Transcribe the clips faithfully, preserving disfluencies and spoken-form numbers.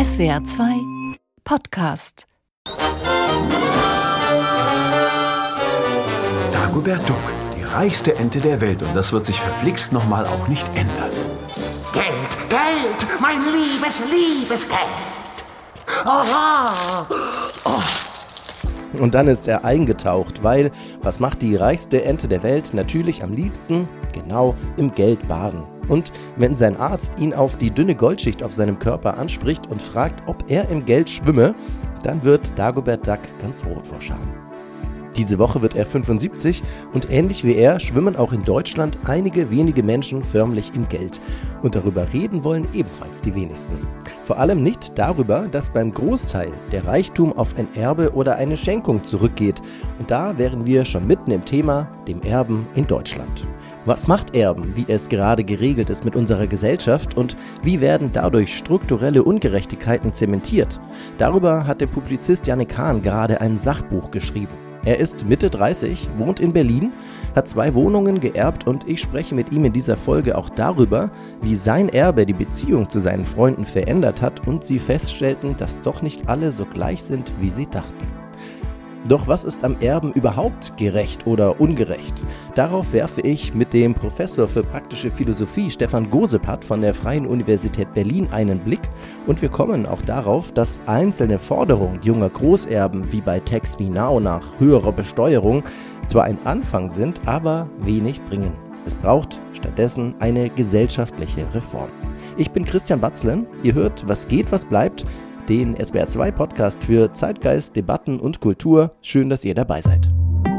S W R zwei Podcast. Dagobert Duck, die reichste Ente der Welt, und das wird sich verflixt nochmal auch nicht ändern. Geld, Geld, mein liebes, liebes Geld. Aha. Oh. Und dann ist er eingetaucht, weil, was macht die reichste Ente der Welt? Natürlich am liebsten, genau, im Geld baden. Und wenn sein Arzt ihn auf die dünne Goldschicht auf seinem Körper anspricht und fragt, ob er im Geld schwimme, dann wird Dagobert Duck ganz rot vor Scham. Diese Woche wird er fünfundsiebzig und ähnlich wie er schwimmen auch in Deutschland einige wenige Menschen förmlich im Geld. Und darüber reden wollen ebenfalls die wenigsten. Vor allem nicht darüber, dass beim Großteil der Reichtum auf ein Erbe oder eine Schenkung zurückgeht. Und da wären wir schon mitten im Thema, dem Erben in Deutschland. Was macht Erben, wie es gerade geregelt ist mit unserer Gesellschaft, und wie werden dadurch strukturelle Ungerechtigkeiten zementiert? Darüber hat der Publizist Yannick Hahn gerade ein Sachbuch geschrieben. Er ist Mitte dreißig, wohnt in Berlin, hat zwei Wohnungen geerbt und ich spreche mit ihm in dieser Folge auch darüber, wie sein Erbe die Beziehung zu seinen Freunden verändert hat und sie feststellten, dass doch nicht alle so gleich sind, wie sie dachten. Doch was ist am Erben überhaupt gerecht oder ungerecht? Darauf werfe ich mit dem Professor für praktische Philosophie Stefan Gosepard von der Freien Universität Berlin einen Blick, und wir kommen auch darauf, dass einzelne Forderungen junger Großerben wie bei Tax Me Now nach höherer Besteuerung zwar ein Anfang sind, aber wenig bringen. Es braucht stattdessen eine gesellschaftliche Reform. Ich bin Christian Batzlen, ihr hört Was geht, was bleibt, den S W R zwei Podcast für Zeitgeist, Debatten und Kultur. Schön, dass ihr dabei seid.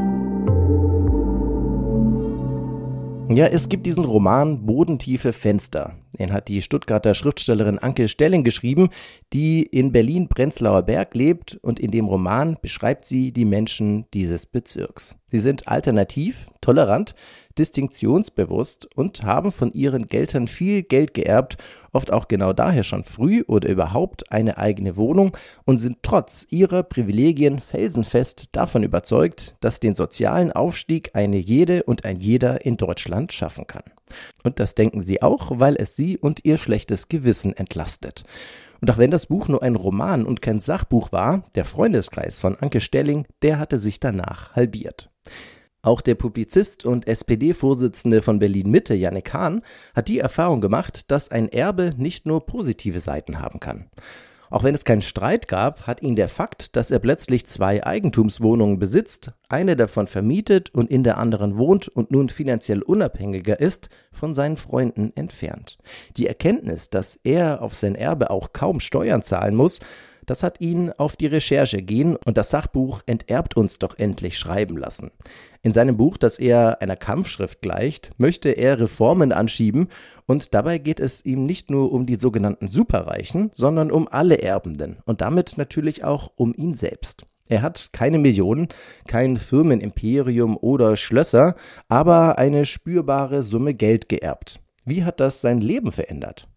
Ja, es gibt diesen Roman Bodentiefe Fenster. Den hat die Stuttgarter Schriftstellerin Anke Stelling geschrieben, die in Berlin-Prenzlauer Berg lebt, und in dem Roman beschreibt sie die Menschen dieses Bezirks. Sie sind alternativ, tolerant, distinktionsbewusst und haben von ihren Eltern viel Geld geerbt, oft auch genau daher schon früh oder überhaupt eine eigene Wohnung, und sind trotz ihrer Privilegien felsenfest davon überzeugt, dass den sozialen Aufstieg eine jede und ein jeder in Deutschland schaffen kann. Und das denken sie auch, weil es sie und ihr schlechtes Gewissen entlastet. Und auch wenn das Buch nur ein Roman und kein Sachbuch war, der Freundeskreis von Anke Stelling, der hatte sich danach halbiert. Auch der Publizist und S P D-Vorsitzende von Berlin-Mitte, Yannick Hahn, hat die Erfahrung gemacht, dass ein Erbe nicht nur positive Seiten haben kann. Auch wenn es keinen Streit gab, hat ihn der Fakt, dass er plötzlich zwei Eigentumswohnungen besitzt, eine davon vermietet und in der anderen wohnt und nun finanziell unabhängiger ist, von seinen Freunden entfernt. Die Erkenntnis, dass er auf sein Erbe auch kaum Steuern zahlen muss, das hat ihn auf die Recherche gehen und das Sachbuch Enterbt uns doch endlich schreiben lassen. In seinem Buch, das eher einer Kampfschrift gleicht, möchte er Reformen anschieben, und dabei geht es ihm nicht nur um die sogenannten Superreichen, sondern um alle Erbenden und damit natürlich auch um ihn selbst. Er hat keine Millionen, kein Firmenimperium oder Schlösser, aber eine spürbare Summe Geld geerbt. Wie hat das sein Leben verändert?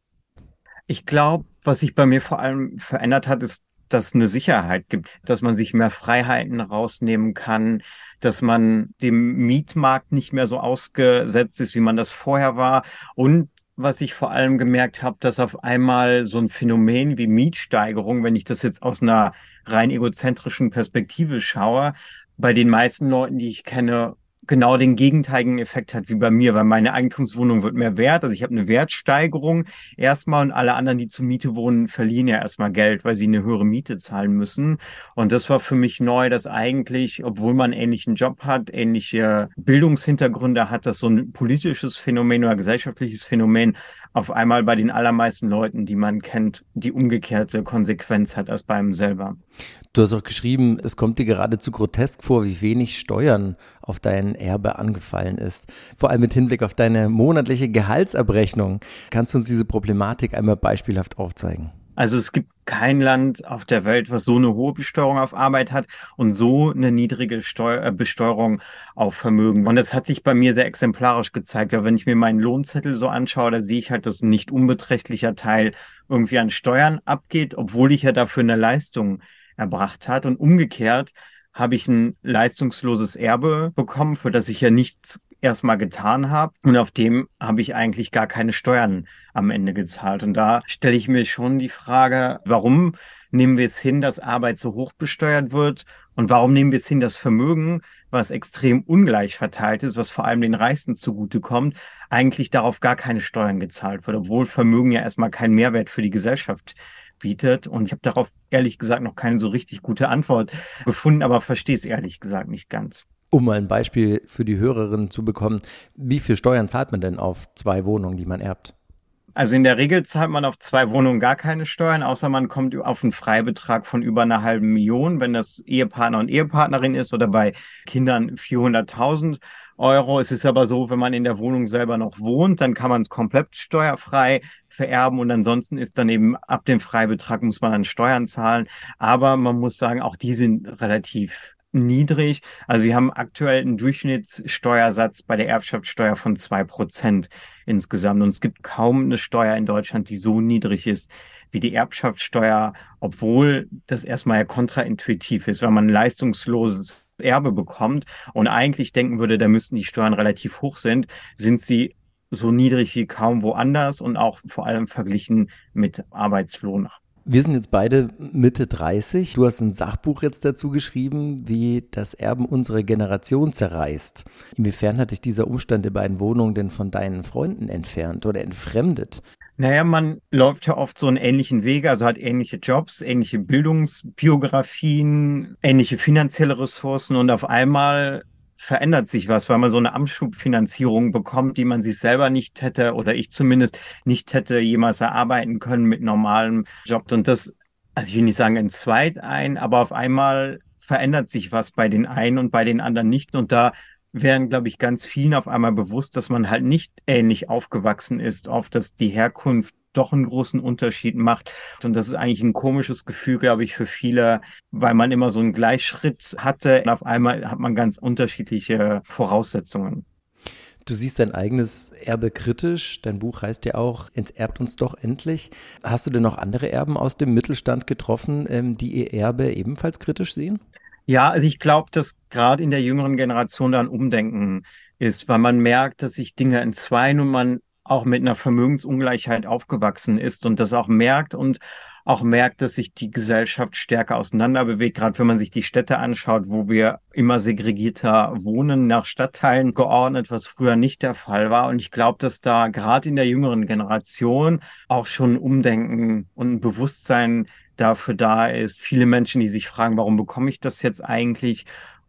Ich glaube, was sich bei mir vor allem verändert hat, ist, dass es eine Sicherheit gibt, dass man sich mehr Freiheiten rausnehmen kann, dass man dem Mietmarkt nicht mehr so ausgesetzt ist, wie man das vorher war. Und was ich vor allem gemerkt habe, dass auf einmal so ein Phänomen wie Mietsteigerung, wenn ich das jetzt aus einer rein egozentrischen Perspektive schaue, bei den meisten Leuten, die ich kenne, genau den gegenteiligen Effekt hat wie bei mir, weil meine Eigentumswohnung wird mehr wert. Also ich habe eine Wertsteigerung erstmal, und alle anderen, die zur Miete wohnen, verlieren ja erstmal Geld, weil sie eine höhere Miete zahlen müssen. Und das war für mich neu, dass eigentlich, obwohl man einen ähnlichen Job hat, ähnliche Bildungshintergründe hat, dass so ein politisches Phänomen oder gesellschaftliches Phänomen auf einmal bei den allermeisten Leuten, die man kennt, die umgekehrte Konsequenz hat als bei einem selber. Du hast auch geschrieben, es kommt dir geradezu grotesk vor, wie wenig Steuern auf dein Erbe angefallen ist. Vor allem mit Hinblick auf deine monatliche Gehaltsabrechnung. Kannst du uns diese Problematik einmal beispielhaft aufzeigen? Also es gibt kein Land auf der Welt, was so eine hohe Besteuerung auf Arbeit hat und so eine niedrige Steu- äh, Besteuerung auf Vermögen. Und das hat sich bei mir sehr exemplarisch gezeigt, weil wenn ich mir meinen Lohnzettel so anschaue, da sehe ich halt, dass ein nicht unbeträchtlicher Teil irgendwie an Steuern abgeht, obwohl ich ja dafür eine Leistung erbracht hat. Und umgekehrt habe ich ein leistungsloses Erbe bekommen, für das ich ja nichts erstmal getan habe. Und auf dem habe ich eigentlich gar keine Steuern am Ende gezahlt. Und da stelle ich mir schon die Frage, warum nehmen wir es hin, dass Arbeit so hoch besteuert wird? Und warum nehmen wir es hin, dass Vermögen, was extrem ungleich verteilt ist, was vor allem den Reichsten zugutekommt, eigentlich darauf gar keine Steuern gezahlt wird, obwohl Vermögen ja erstmal keinen Mehrwert für die Gesellschaft bietet. Und ich habe darauf ehrlich gesagt noch keine so richtig gute Antwort gefunden, aber verstehe es ehrlich gesagt nicht ganz. Um mal ein Beispiel für die Hörerinnen zu bekommen, wie viel Steuern zahlt man denn auf zwei Wohnungen, die man erbt? Also in der Regel zahlt man auf zwei Wohnungen gar keine Steuern, außer man kommt auf einen Freibetrag von über einer halben Million, wenn das Ehepartner und Ehepartnerin ist, oder bei Kindern vierhunderttausend Euro. Es ist aber so, wenn man in der Wohnung selber noch wohnt, dann kann man es komplett steuerfrei vererben und ansonsten ist dann eben ab dem Freibetrag muss man dann Steuern zahlen. Aber man muss sagen, auch die sind relativ niedrig. Also wir haben aktuell einen Durchschnittssteuersatz bei der Erbschaftssteuer von zwei Prozent insgesamt. Und es gibt kaum eine Steuer in Deutschland, die so niedrig ist wie die Erbschaftssteuer, obwohl das erstmal ja kontraintuitiv ist, weil man ein leistungsloses Erbe bekommt und eigentlich denken würde, da müssten die Steuern relativ hoch sind, sind sie so niedrig wie kaum woanders und auch vor allem verglichen mit Arbeitslohn. Wir sind jetzt beide Mitte dreißig. Du hast ein Sachbuch jetzt dazu geschrieben, wie das Erben unsere Generation zerreißt. Inwiefern hat dich dieser Umstand der beiden Wohnungen denn von deinen Freunden entfernt oder entfremdet? Naja, man läuft ja oft so einen ähnlichen Wege, also hat ähnliche Jobs, ähnliche Bildungsbiografien, ähnliche finanzielle Ressourcen und auf einmal verändert sich was, weil man so eine Anschubfinanzierung bekommt, die man sich selber nicht hätte oder ich zumindest nicht hätte jemals erarbeiten können mit normalem Job. Und das, also ich will nicht sagen in Zweit ein, aber auf einmal verändert sich was bei den einen und bei den anderen nicht. Und da werden, glaube ich, ganz vielen auf einmal bewusst, dass man halt nicht ähnlich aufgewachsen ist, auf dass die Herkunft doch einen großen Unterschied macht. Und das ist eigentlich ein komisches Gefühl, glaube ich, für viele, weil man immer so einen Gleichschritt hatte. Und auf einmal hat man ganz unterschiedliche Voraussetzungen. Du siehst dein eigenes Erbe kritisch. Dein Buch heißt ja auch, enterbt uns doch endlich. Hast du denn noch andere Erben aus dem Mittelstand getroffen, die ihr Erbe ebenfalls kritisch sehen? Ja, also ich glaube, dass gerade in der jüngeren Generation da ein Umdenken ist, weil man merkt, dass sich Dinge entzweien und man auch mit einer Vermögensungleichheit aufgewachsen ist und das auch merkt und auch merkt, dass sich die Gesellschaft stärker auseinanderbewegt, gerade wenn man sich die Städte anschaut, wo wir immer segregierter wohnen, nach Stadtteilen geordnet, was früher nicht der Fall war. Und ich glaube, dass da gerade in der jüngeren Generation auch schon ein Umdenken und ein Bewusstsein dafür da ist. Viele Menschen, die sich fragen, warum bekomme ich das jetzt eigentlich?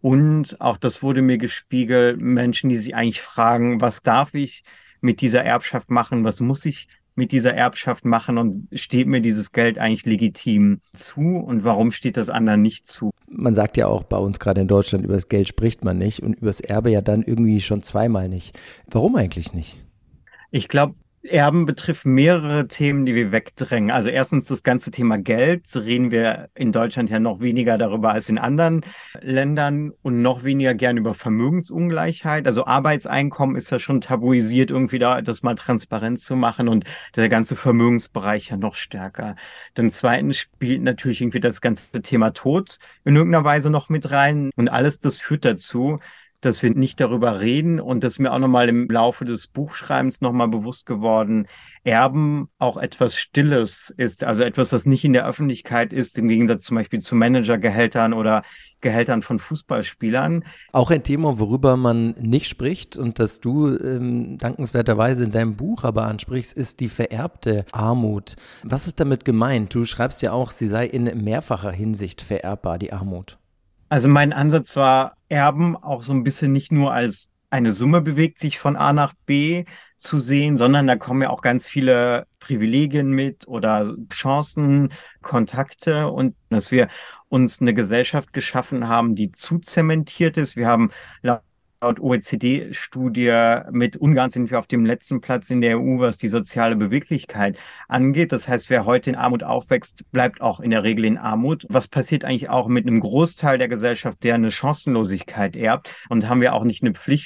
Und auch das wurde mir gespiegelt, Menschen, die sich eigentlich fragen, was darf ich mit dieser Erbschaft machen? Was muss ich mit dieser Erbschaft machen? Und steht mir dieses Geld eigentlich legitim zu? Und warum steht das anderen nicht zu? Man sagt ja auch bei uns gerade in Deutschland, über das Geld spricht man nicht und über das Erbe ja dann irgendwie schon zweimal nicht. Warum eigentlich nicht? Ich glaube, Erben betrifft mehrere Themen, die wir wegdrängen. Also erstens das ganze Thema Geld. So reden wir in Deutschland ja noch weniger darüber als in anderen Ländern und noch weniger gern über Vermögensungleichheit. Also Arbeitseinkommen ist ja schon tabuisiert, irgendwie da das mal transparent zu machen und der ganze Vermögensbereich ja noch stärker. Dann zweitens spielt natürlich irgendwie das ganze Thema Tod in irgendeiner Weise noch mit rein und alles das führt dazu, dass wir nicht darüber reden und das ist mir auch nochmal im Laufe des Buchschreibens nochmal bewusst geworden, Erben auch etwas Stilles ist, also etwas, das nicht in der Öffentlichkeit ist, im Gegensatz zum Beispiel zu Managergehältern oder Gehältern von Fußballspielern. Auch ein Thema, worüber man nicht spricht und das du ähm, dankenswerterweise in deinem Buch aber ansprichst, ist die vererbte Armut. Was ist damit gemeint? Du schreibst ja auch, sie sei in mehrfacher Hinsicht vererbbar, die Armut. Also mein Ansatz war, Erben auch so ein bisschen nicht nur als eine Summe bewegt sich von A nach B zu sehen, sondern da kommen ja auch ganz viele Privilegien mit oder Chancen, Kontakte und dass wir uns eine Gesellschaft geschaffen haben, die zu zementiert ist. Wir haben laut O E C D-Studie mit Ungarn sind wir auf dem letzten Platz in der E U, was die soziale Beweglichkeit angeht. Das heißt, wer heute in Armut aufwächst, bleibt auch in der Regel in Armut. Was passiert eigentlich auch mit einem Großteil der Gesellschaft, der eine Chancenlosigkeit erbt? Und haben wir auch nicht eine Pflicht,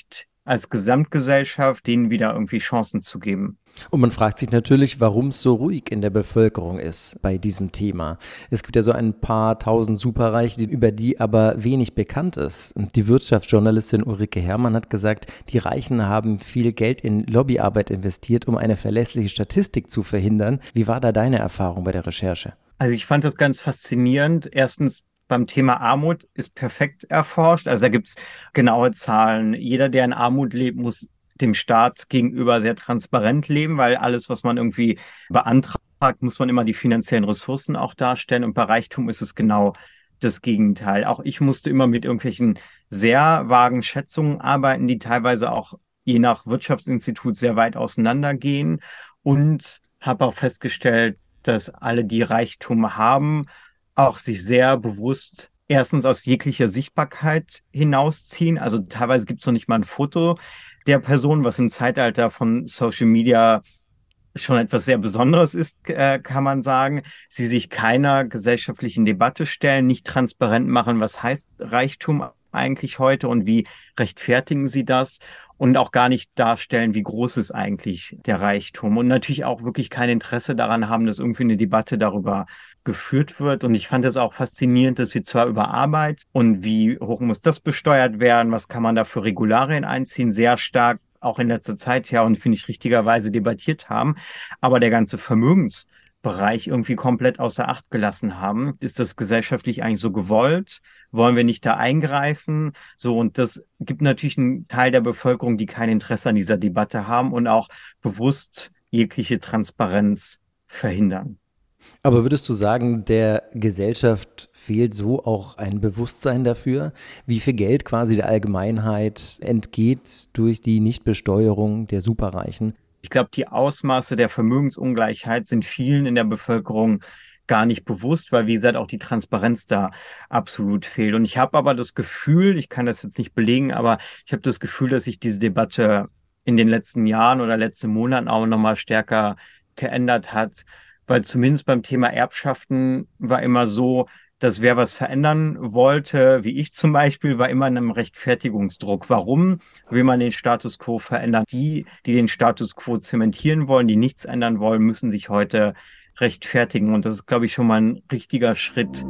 als Gesamtgesellschaft denen wieder irgendwie Chancen zu geben. Und man fragt sich natürlich, warum es so ruhig in der Bevölkerung ist bei diesem Thema. Es gibt ja so ein paar tausend Superreiche, über die aber wenig bekannt ist. Und die Wirtschaftsjournalistin Ulrike Herrmann hat gesagt, die Reichen haben viel Geld in Lobbyarbeit investiert, um eine verlässliche Statistik zu verhindern. Wie war da deine Erfahrung bei der Recherche? Also ich fand das ganz faszinierend. Erstens, beim Thema Armut ist perfekt erforscht. Also da gibt es genaue Zahlen. Jeder, der in Armut lebt, muss dem Staat gegenüber sehr transparent leben, weil alles, was man irgendwie beantragt, muss man immer die finanziellen Ressourcen auch darstellen. Und bei Reichtum ist es genau das Gegenteil. Auch ich musste immer mit irgendwelchen sehr vagen Schätzungen arbeiten, die teilweise auch je nach Wirtschaftsinstitut sehr weit auseinandergehen. Und habe auch festgestellt, dass alle, die Reichtum haben, auch sich sehr bewusst erstens aus jeglicher Sichtbarkeit hinausziehen. Also teilweise gibt es noch nicht mal ein Foto der Person, was im Zeitalter von Social Media schon etwas sehr Besonderes ist, äh, kann man sagen. Sie sich keiner gesellschaftlichen Debatte stellen, nicht transparent machen, was heißt Reichtum eigentlich heute und wie rechtfertigen sie das, und auch gar nicht darstellen, wie groß ist eigentlich der Reichtum, und natürlich auch wirklich kein Interesse daran haben, dass irgendwie eine Debatte darüber geführt wird. Und ich fand es auch faszinierend, dass wir zwar über Arbeit und wie hoch muss das besteuert werden, was kann man da für Regularien einziehen, sehr stark auch in letzter Zeit ja und finde ich richtigerweise debattiert haben, aber der ganze Vermögensbereich irgendwie komplett außer Acht gelassen haben. Ist das gesellschaftlich eigentlich so gewollt? Wollen wir nicht da eingreifen? So, und das gibt natürlich einen Teil der Bevölkerung, die kein Interesse an dieser Debatte haben und auch bewusst jegliche Transparenz verhindern. Aber würdest du sagen, der Gesellschaft fehlt so auch ein Bewusstsein dafür, wie viel Geld quasi der Allgemeinheit entgeht durch die Nichtbesteuerung der Superreichen? Ich glaube, die Ausmaße der Vermögensungleichheit sind vielen in der Bevölkerung gar nicht bewusst, weil, wie gesagt, auch die Transparenz da absolut fehlt. Und ich habe aber das Gefühl, ich kann das jetzt nicht belegen, aber ich habe das Gefühl, dass sich diese Debatte in den letzten Jahren oder letzten Monaten auch nochmal stärker geändert hat. Weil zumindest beim Thema Erbschaften war immer so, dass wer was verändern wollte, wie ich zum Beispiel, war immer in einem Rechtfertigungsdruck. Warum will man den Status quo verändern? Die, die den Status quo zementieren wollen, die nichts ändern wollen, müssen sich heute rechtfertigen. Und das ist, glaube ich, schon mal ein richtiger Schritt.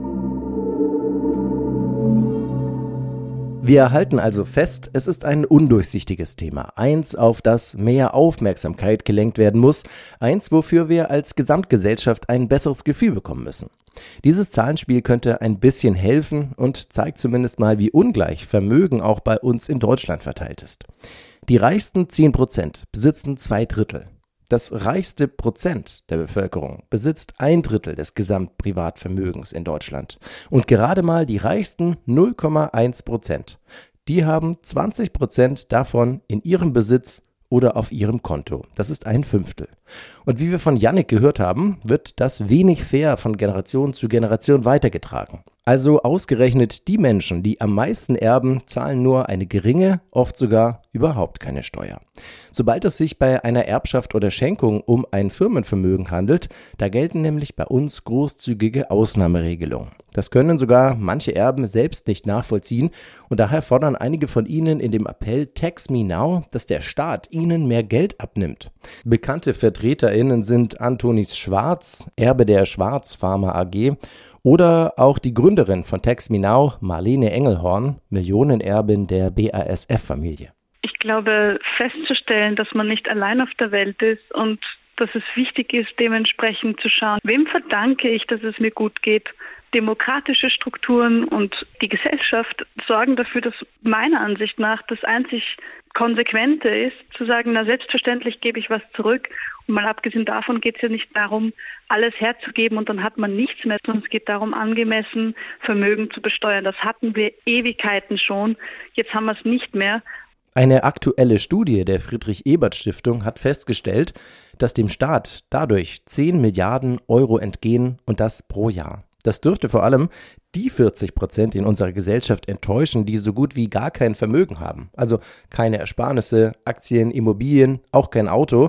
Wir halten also fest, es ist ein undurchsichtiges Thema, eins, auf das mehr Aufmerksamkeit gelenkt werden muss, eins, wofür wir als Gesamtgesellschaft ein besseres Gefühl bekommen müssen. Dieses Zahlenspiel könnte ein bisschen helfen und zeigt zumindest mal, wie ungleich Vermögen auch bei uns in Deutschland verteilt ist. Die reichsten zehn Prozent besitzen zwei Drittel. Das reichste Prozent der Bevölkerung besitzt ein Drittel des Gesamtprivatvermögens in Deutschland. Und gerade mal die reichsten null Komma eins Prozent, die haben zwanzig Prozent davon in ihrem Besitz oder auf ihrem Konto. Das ist ein Fünftel. Und wie wir von Yannick gehört haben, wird das wenig fair von Generation zu Generation weitergetragen. Also ausgerechnet die Menschen, die am meisten erben, zahlen nur eine geringe, oft sogar überhaupt keine Steuer. Sobald es sich bei einer Erbschaft oder Schenkung um ein Firmenvermögen handelt, da gelten nämlich bei uns großzügige Ausnahmeregelungen. Das können sogar manche Erben selbst nicht nachvollziehen und daher fordern einige von ihnen in dem Appell Tax Me Now, dass der Staat ihnen mehr Geld abnimmt. Bekannte VertreterInnen sind Antonis Schwarz, Erbe der Schwarz Pharma A G, oder auch die Gründerin von Tax Me Now, Marlene Engelhorn, Millionenerbin der B A S F-Familie. Ich glaube, festzustellen, dass man nicht allein auf der Welt ist und dass es wichtig ist, dementsprechend zu schauen, wem verdanke ich, dass es mir gut geht. Demokratische Strukturen und die Gesellschaft sorgen dafür, dass meiner Ansicht nach das einzig Konsequente ist, zu sagen, na selbstverständlich gebe ich was zurück. Und mal abgesehen davon geht es ja nicht darum, alles herzugeben und dann hat man nichts mehr, sondern es geht darum, angemessen Vermögen zu besteuern. Das hatten wir Ewigkeiten schon, jetzt haben wir es nicht mehr. Eine aktuelle Studie der Friedrich-Ebert-Stiftung hat festgestellt, dass dem Staat dadurch zehn Milliarden Euro entgehen und das pro Jahr. Das dürfte vor allem die vierzig Prozent in unserer Gesellschaft enttäuschen, die so gut wie gar kein Vermögen haben. Also keine Ersparnisse, Aktien, Immobilien, auch kein Auto.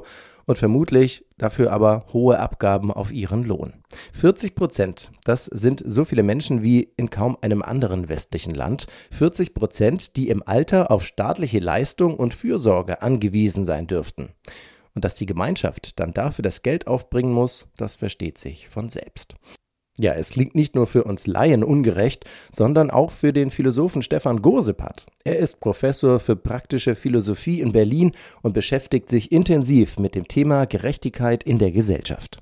und vermutlich dafür aber hohe Abgaben auf ihren Lohn. vierzig Prozent, das sind so viele Menschen wie in kaum einem anderen westlichen Land. vierzig Prozent, die im Alter auf staatliche Leistung und Fürsorge angewiesen sein dürften. Und dass die Gemeinschaft dann dafür das Geld aufbringen muss, das versteht sich von selbst. Ja, es klingt nicht nur für uns Laien ungerecht, sondern auch für den Philosophen Stefan Gosepart. Er ist Professor für praktische Philosophie in Berlin und beschäftigt sich intensiv mit dem Thema Gerechtigkeit in der Gesellschaft.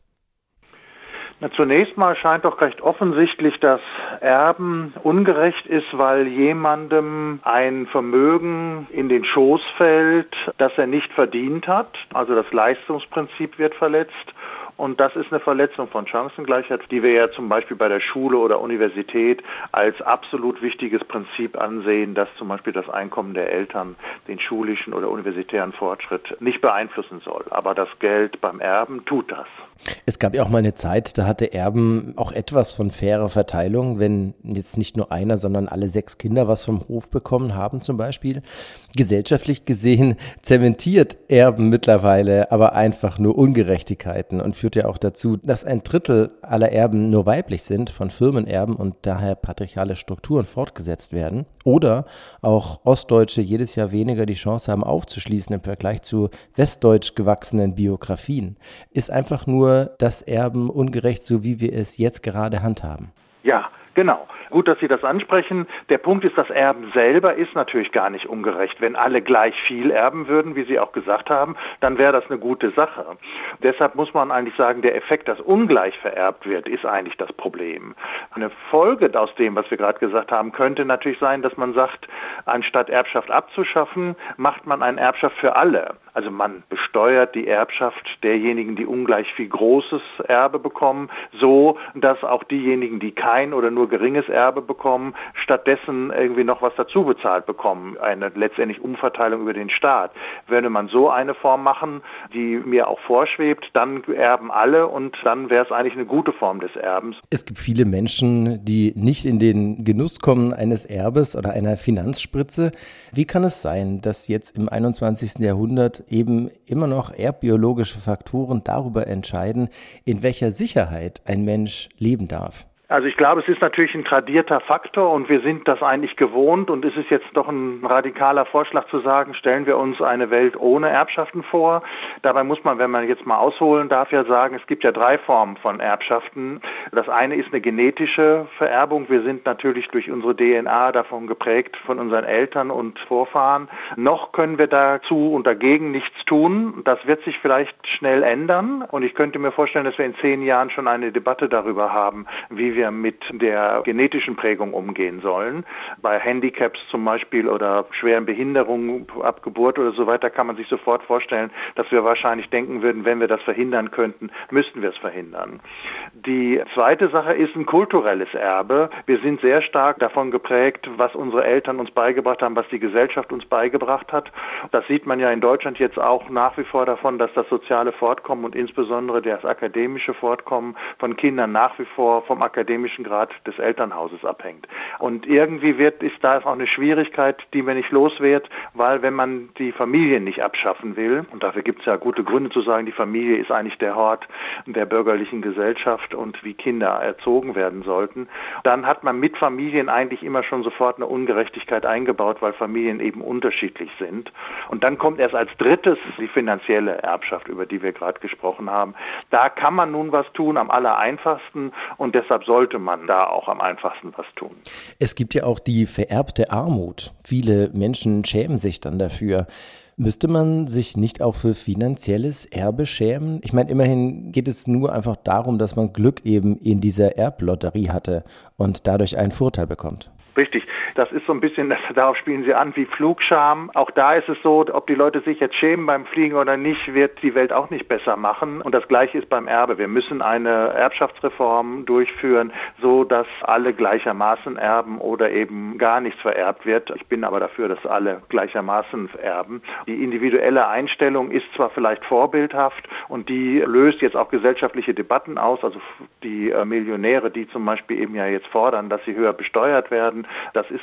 Na, zunächst mal scheint doch recht offensichtlich, dass Erben ungerecht ist, weil jemandem ein Vermögen in den Schoß fällt, das er nicht verdient hat. Also das Leistungsprinzip wird verletzt. Und das ist eine Verletzung von Chancengleichheit, die wir ja zum Beispiel bei der Schule oder Universität als absolut wichtiges Prinzip ansehen, dass zum Beispiel das Einkommen der Eltern den schulischen oder universitären Fortschritt nicht beeinflussen soll. Aber das Geld beim Erben tut das. Es gab ja auch mal eine Zeit, da hatte Erben auch etwas von fairer Verteilung, wenn jetzt nicht nur einer, sondern alle sechs Kinder was vom Hof bekommen haben zum Beispiel. Gesellschaftlich gesehen zementiert Erben mittlerweile aber einfach nur Ungerechtigkeiten und führt ja auch dazu, dass ein Drittel aller Erben nur weiblich sind, von Firmenerben und daher patriarchale Strukturen fortgesetzt werden. Oder auch Ostdeutsche jedes Jahr weniger die Chance haben aufzuschließen im Vergleich zu westdeutsch gewachsenen Biografien. Ist einfach nur das Erben ungerecht, so wie wir es jetzt gerade handhaben. Ja, genau. Gut, dass Sie das ansprechen. Der Punkt ist, das Erben selber ist natürlich gar nicht ungerecht. Wenn alle gleich viel erben würden, wie Sie auch gesagt haben, dann wäre das eine gute Sache. Deshalb muss man eigentlich sagen, der Effekt, dass ungleich vererbt wird, ist eigentlich das Problem. Eine Folge aus dem, was wir gerade gesagt haben, könnte natürlich sein, dass man sagt, anstatt Erbschaft abzuschaffen, macht man eine Erbschaft für alle. Also man besteuert die Erbschaft derjenigen, die ungleich viel großes Erbe bekommen, so dass auch diejenigen, die kein oder nur geringes Erbe bekommen, stattdessen irgendwie noch was dazu bezahlt bekommen. Eine letztendlich Umverteilung über den Staat. Würde man so eine Form machen, die mir auch vorschwebt, dann erben alle und dann wäre es eigentlich eine gute Form des Erbens. Es gibt viele Menschen, die nicht in den Genuss kommen eines Erbes oder einer Finanzspritze. Wie kann es sein, dass jetzt im einundzwanzigsten Jahrhundert eben immer noch erbbiologische Faktoren darüber entscheiden, in welcher Sicherheit ein Mensch leben darf? Also ich glaube, es ist natürlich ein tradierter Faktor und wir sind das eigentlich gewohnt und es ist jetzt doch ein radikaler Vorschlag zu sagen, stellen wir uns eine Welt ohne Erbschaften vor. Dabei muss man, wenn man jetzt mal ausholen darf, ja sagen, es gibt ja drei Formen von Erbschaften. Das eine ist eine genetische Vererbung. Wir sind natürlich durch unsere D N A davon geprägt, von unseren Eltern und Vorfahren. Noch können wir dazu und dagegen nichts tun. Das wird sich vielleicht schnell ändern und ich könnte mir vorstellen, dass wir in zehn Jahren schon eine Debatte darüber haben, wie wir mit der genetischen Prägung umgehen sollen. Bei Handicaps zum Beispiel oder schweren Behinderungen ab Geburt oder so weiter kann man sich sofort vorstellen, dass wir wahrscheinlich denken würden, wenn wir das verhindern könnten, müssten wir es verhindern. Die zweite Sache ist ein kulturelles Erbe. Wir sind sehr stark davon geprägt, was unsere Eltern uns beigebracht haben, was die Gesellschaft uns beigebracht hat. Das sieht man ja in Deutschland jetzt auch nach wie vor davon, dass das soziale Fortkommen und insbesondere das akademische Fortkommen von Kindern nach wie vor vom akademischen Grad des Elternhauses abhängt. Und irgendwie wird, ist da auch eine Schwierigkeit, die man nicht los wird, weil wenn man die Familie nicht abschaffen will, und dafür gibt es ja gute Gründe zu sagen, die Familie ist eigentlich der Hort der bürgerlichen Gesellschaft und wie Kinder erzogen werden sollten, dann hat man mit Familien eigentlich immer schon sofort eine Ungerechtigkeit eingebaut, weil Familien eben unterschiedlich sind. Und dann kommt erst als drittes die finanzielle Erbschaft, über die wir gerade gesprochen haben. Da kann man nun was tun, am aller einfachsten und deshalb sollte man da auch am einfachsten was tun. Es gibt ja auch die vererbte Armut. Viele Menschen schämen sich dann dafür. Müsste man sich nicht auch für finanzielles Erbe schämen? Ich meine, immerhin geht es nur einfach darum, dass man Glück eben in dieser Erblotterie hatte und dadurch einen Vorteil bekommt. Richtig. Das ist so ein bisschen, darauf spielen Sie an, wie Flugscham. Auch da ist es so, ob die Leute sich jetzt schämen beim Fliegen oder nicht, wird die Welt auch nicht besser machen. Und das Gleiche ist beim Erbe. Wir müssen eine Erbschaftsreform durchführen, so dass alle gleichermaßen erben oder eben gar nichts vererbt wird. Ich bin aber dafür, dass alle gleichermaßen erben. Die individuelle Einstellung ist zwar vielleicht vorbildhaft und die löst jetzt auch gesellschaftliche Debatten aus. Also die Millionäre, die zum Beispiel eben ja jetzt fordern, dass sie höher besteuert werden, das ist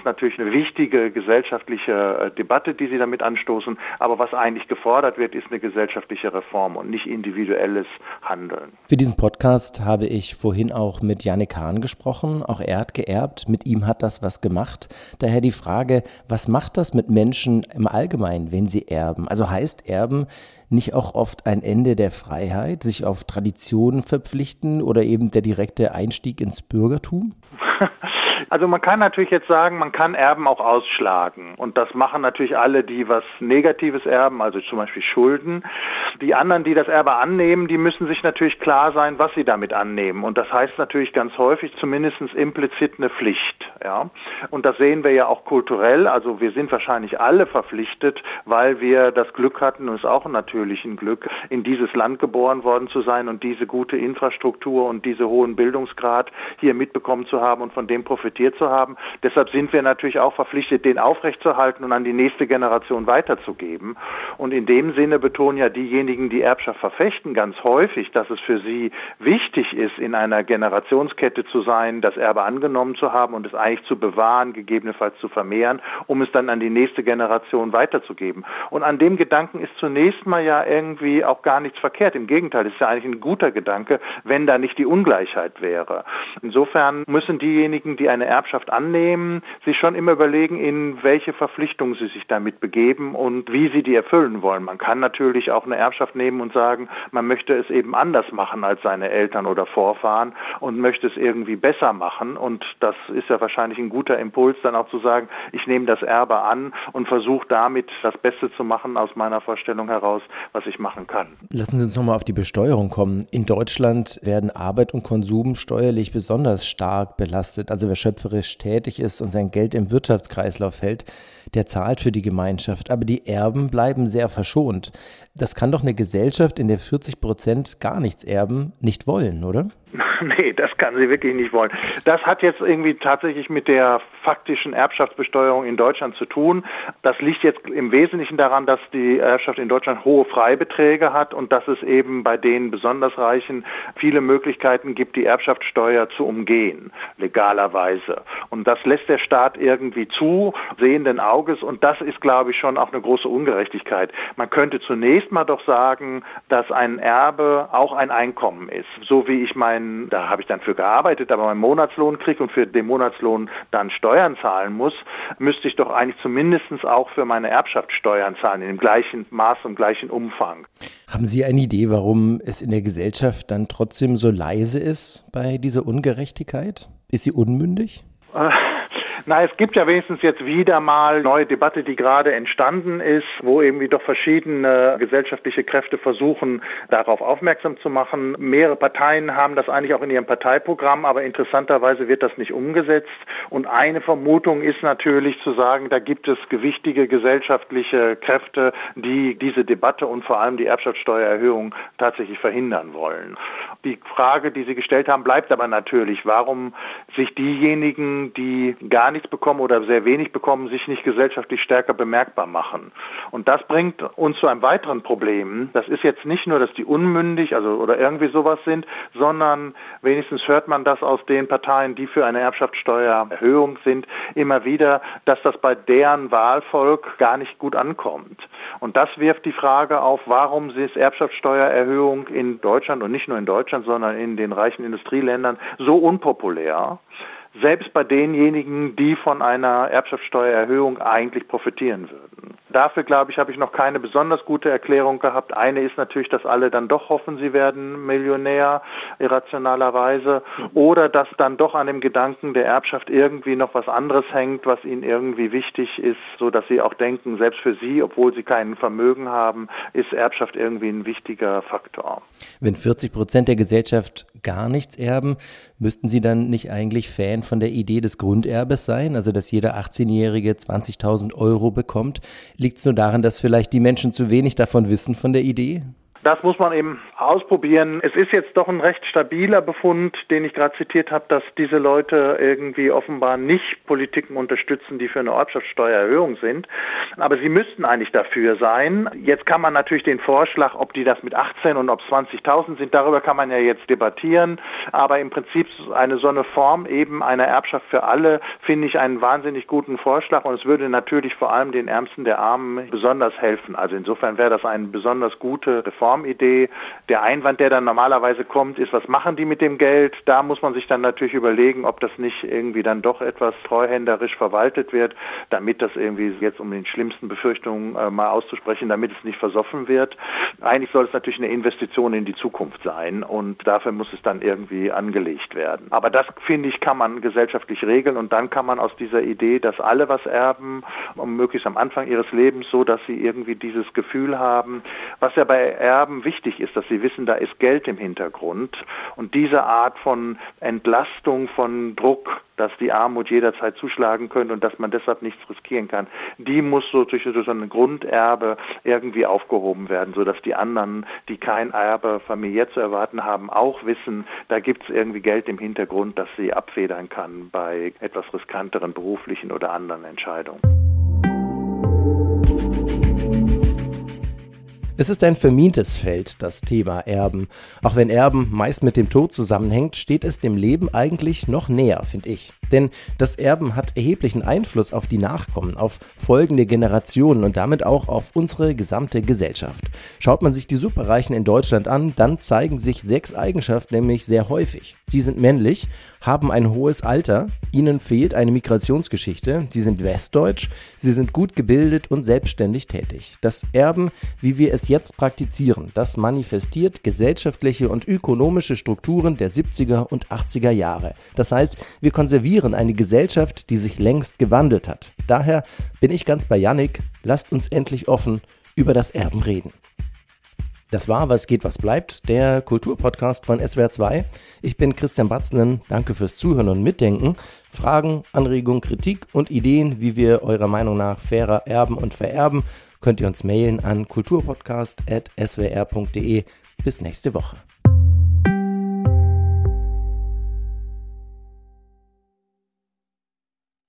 ist natürlich eine wichtige gesellschaftliche Debatte, die Sie damit anstoßen. Aber was eigentlich gefordert wird, ist eine gesellschaftliche Reform und nicht individuelles Handeln. Für diesen Podcast habe ich vorhin auch mit Yannick Hahn gesprochen. Auch er hat geerbt. Mit ihm hat das was gemacht. Daher die Frage, was macht das mit Menschen im Allgemeinen, wenn sie erben? Also heißt Erben nicht auch oft ein Ende der Freiheit, sich auf Traditionen verpflichten oder eben der direkte Einstieg ins Bürgertum? Also man kann natürlich jetzt sagen, man kann Erben auch ausschlagen. Und das machen natürlich alle, die was Negatives erben, also zum Beispiel Schulden. Die anderen, die das Erbe annehmen, die müssen sich natürlich klar sein, was sie damit annehmen. Und das heißt natürlich ganz häufig zumindest implizit eine Pflicht. Ja. Und das sehen wir ja auch kulturell. Also wir sind wahrscheinlich alle verpflichtet, weil wir das Glück hatten, und es ist auch natürlich ein Glück, in dieses Land geboren worden zu sein und diese gute Infrastruktur und diese hohen Bildungsgrad hier mitbekommen zu haben und von dem profitieren zu haben. Deshalb sind wir natürlich auch verpflichtet, den aufrechtzuerhalten und an die nächste Generation weiterzugeben. Und in dem Sinne betonen ja diejenigen, die Erbschaft verfechten, ganz häufig, dass es für sie wichtig ist, in einer Generationskette zu sein, das Erbe angenommen zu haben und es eigentlich zu bewahren, gegebenenfalls zu vermehren, um es dann an die nächste Generation weiterzugeben. Und an dem Gedanken ist zunächst mal ja irgendwie auch gar nichts verkehrt. Im Gegenteil, es ist ja eigentlich ein guter Gedanke, wenn da nicht die Ungleichheit wäre. Insofern müssen diejenigen, die eine Erbschaft annehmen, sich schon immer überlegen, in welche Verpflichtungen sie sich damit begeben und wie sie die erfüllen wollen. Man kann natürlich auch eine Erbschaft nehmen und sagen, man möchte es eben anders machen als seine Eltern oder Vorfahren und möchte es irgendwie besser machen. Und das ist ja wahrscheinlich ein guter Impuls, dann auch zu sagen, ich nehme das Erbe an und versuche damit das Beste zu machen aus meiner Vorstellung heraus, was ich machen kann. Lassen Sie uns nochmal auf die Besteuerung kommen. In Deutschland werden Arbeit und Konsum steuerlich besonders stark belastet. Also wer schöpferisch tätig ist und sein Geld im Wirtschaftskreislauf hält, der zahlt für die Gemeinschaft. Aber die Erben bleiben sehr verschont. Das kann doch eine Gesellschaft, in der vierzig Prozent gar nichts erben, nicht wollen, oder? Nee, das kann sie wirklich nicht wollen. Das hat jetzt irgendwie tatsächlich mit der faktischen Erbschaftsbesteuerung in Deutschland zu tun. Das liegt jetzt im Wesentlichen daran, dass die Erbschaft in Deutschland hohe Freibeträge hat und dass es eben bei den besonders Reichen viele Möglichkeiten gibt, die Erbschaftssteuer zu umgehen, legalerweise. Und das lässt der Staat irgendwie zu, sehenden Auges. Und das ist, glaube ich, schon auch eine große Ungerechtigkeit. Man könnte zunächst mal doch sagen, dass ein Erbe auch ein Einkommen ist. So wie ich mein da habe ich dann für gearbeitet, aber meinen Monatslohn kriege und für den Monatslohn dann Steuern zahlen muss, müsste ich doch eigentlich zumindest auch für meine Erbschaft Steuern zahlen, in dem gleichen Maß und gleichen Umfang. Haben Sie eine Idee, warum es in der Gesellschaft dann trotzdem so leise ist bei dieser Ungerechtigkeit? Ist sie unmündig? Äh. Na, es gibt ja wenigstens jetzt wieder mal eine neue Debatte, die gerade entstanden ist, wo irgendwie doch verschiedene gesellschaftliche Kräfte versuchen, darauf aufmerksam zu machen. Mehrere Parteien haben das eigentlich auch in ihrem Parteiprogramm, aber interessanterweise wird das nicht umgesetzt. Und eine Vermutung ist natürlich zu sagen, da gibt es gewichtige gesellschaftliche Kräfte, die diese Debatte und vor allem die Erbschaftssteuererhöhung tatsächlich verhindern wollen. Die Frage, die Sie gestellt haben, bleibt aber natürlich, warum sich diejenigen, die gar nichts bekommen oder sehr wenig bekommen, sich nicht gesellschaftlich stärker bemerkbar machen. Und das bringt uns zu einem weiteren Problem. Das ist jetzt nicht nur, dass die unmündig also oder irgendwie sowas sind, sondern wenigstens hört man das aus den Parteien, die für eine Erbschaftssteuererhöhung sind, immer wieder, dass das bei deren Wahlvolk gar nicht gut ankommt. Und das wirft die Frage auf, warum ist Erbschaftssteuererhöhung in Deutschland und nicht nur in Deutschland, sondern in den reichen Industrieländern so unpopulär? Selbst bei denjenigen, die von einer Erbschaftssteuererhöhung eigentlich profitieren würden. Dafür, glaube ich, habe ich noch keine besonders gute Erklärung gehabt. Eine ist natürlich, dass alle dann doch hoffen, sie werden Millionär, irrationalerweise. Oder dass dann doch an dem Gedanken der Erbschaft irgendwie noch was anderes hängt, was ihnen irgendwie wichtig ist, so dass sie auch denken, selbst für sie, obwohl sie kein Vermögen haben, ist Erbschaft irgendwie ein wichtiger Faktor. Wenn vierzig Prozent der Gesellschaft gar nichts erben, müssten Sie dann nicht eigentlich Fan von der Idee des Grunderbes sein, also dass jeder achtzehnjährige zwanzigtausend Euro bekommt? Liegt es nur daran, dass vielleicht die Menschen zu wenig davon wissen von der Idee? Das muss man eben ausprobieren. Es ist jetzt doch ein recht stabiler Befund, den ich gerade zitiert habe, dass diese Leute irgendwie offenbar nicht Politiken unterstützen, die für eine Erbschaftssteuererhöhung sind. Aber sie müssten eigentlich dafür sein. Jetzt kann man natürlich den Vorschlag, ob die das mit achtzehn und ob es zwanzigtausend sind, darüber kann man ja jetzt debattieren. Aber im Prinzip eine so eine Form eben einer Erbschaft für alle finde ich einen wahnsinnig guten Vorschlag. Und es würde natürlich vor allem den Ärmsten der Armen besonders helfen. Also insofern wäre das eine besonders gute Reform. Idee. Der Einwand, der dann normalerweise kommt, ist, was machen die mit dem Geld? Da muss man sich dann natürlich überlegen, ob das nicht irgendwie dann doch etwas treuhänderisch verwaltet wird, damit das irgendwie jetzt, um den schlimmsten Befürchtungen äh, mal auszusprechen, damit es nicht versoffen wird. Eigentlich soll es natürlich eine Investition in die Zukunft sein und dafür muss es dann irgendwie angelegt werden. Aber das, finde ich, kann man gesellschaftlich regeln und dann kann man aus dieser Idee, dass alle was erben, möglichst am Anfang ihres Lebens, so dass sie irgendwie dieses Gefühl haben, was ja bei Erben wichtig ist, dass sie wissen, da ist Geld im Hintergrund. Und diese Art von Entlastung, von Druck, dass die Armut jederzeit zuschlagen könnte und dass man deshalb nichts riskieren kann, die muss so durch so ein Grunderbe irgendwie aufgehoben werden, sodass die anderen, die kein Erbe familiär zu erwarten haben, auch wissen, da gibt es irgendwie Geld im Hintergrund, das sie abfedern kann bei etwas riskanteren beruflichen oder anderen Entscheidungen. Es ist ein vermintes Feld, das Thema Erben. Auch wenn Erben meist mit dem Tod zusammenhängt, steht es dem Leben eigentlich noch näher, finde ich. Denn das Erben hat erheblichen Einfluss auf die Nachkommen, auf folgende Generationen und damit auch auf unsere gesamte Gesellschaft. Schaut man sich die Superreichen in Deutschland an, dann zeigen sich sechs Eigenschaften nämlich sehr häufig. Sie sind männlich, haben ein hohes Alter, ihnen fehlt eine Migrationsgeschichte, sie sind westdeutsch, sie sind gut gebildet und selbstständig tätig. Das Erben, wie wir es jetzt praktizieren, das manifestiert gesellschaftliche und ökonomische Strukturen der siebziger und achtziger Jahre. Das heißt, wir konservieren eine Gesellschaft, die sich längst gewandelt hat. Daher bin ich ganz bei Yannick, lasst uns endlich offen über das Erben reden. Das war Was geht, was bleibt, der Kulturpodcast von S W R zwei. Ich bin Christian Batzlen, danke fürs Zuhören und Mitdenken. Fragen, Anregungen, Kritik und Ideen, wie wir eurer Meinung nach fairer erben und vererben, könnt ihr uns mailen an kulturpodcast at s w r punkt d e. Bis nächste Woche.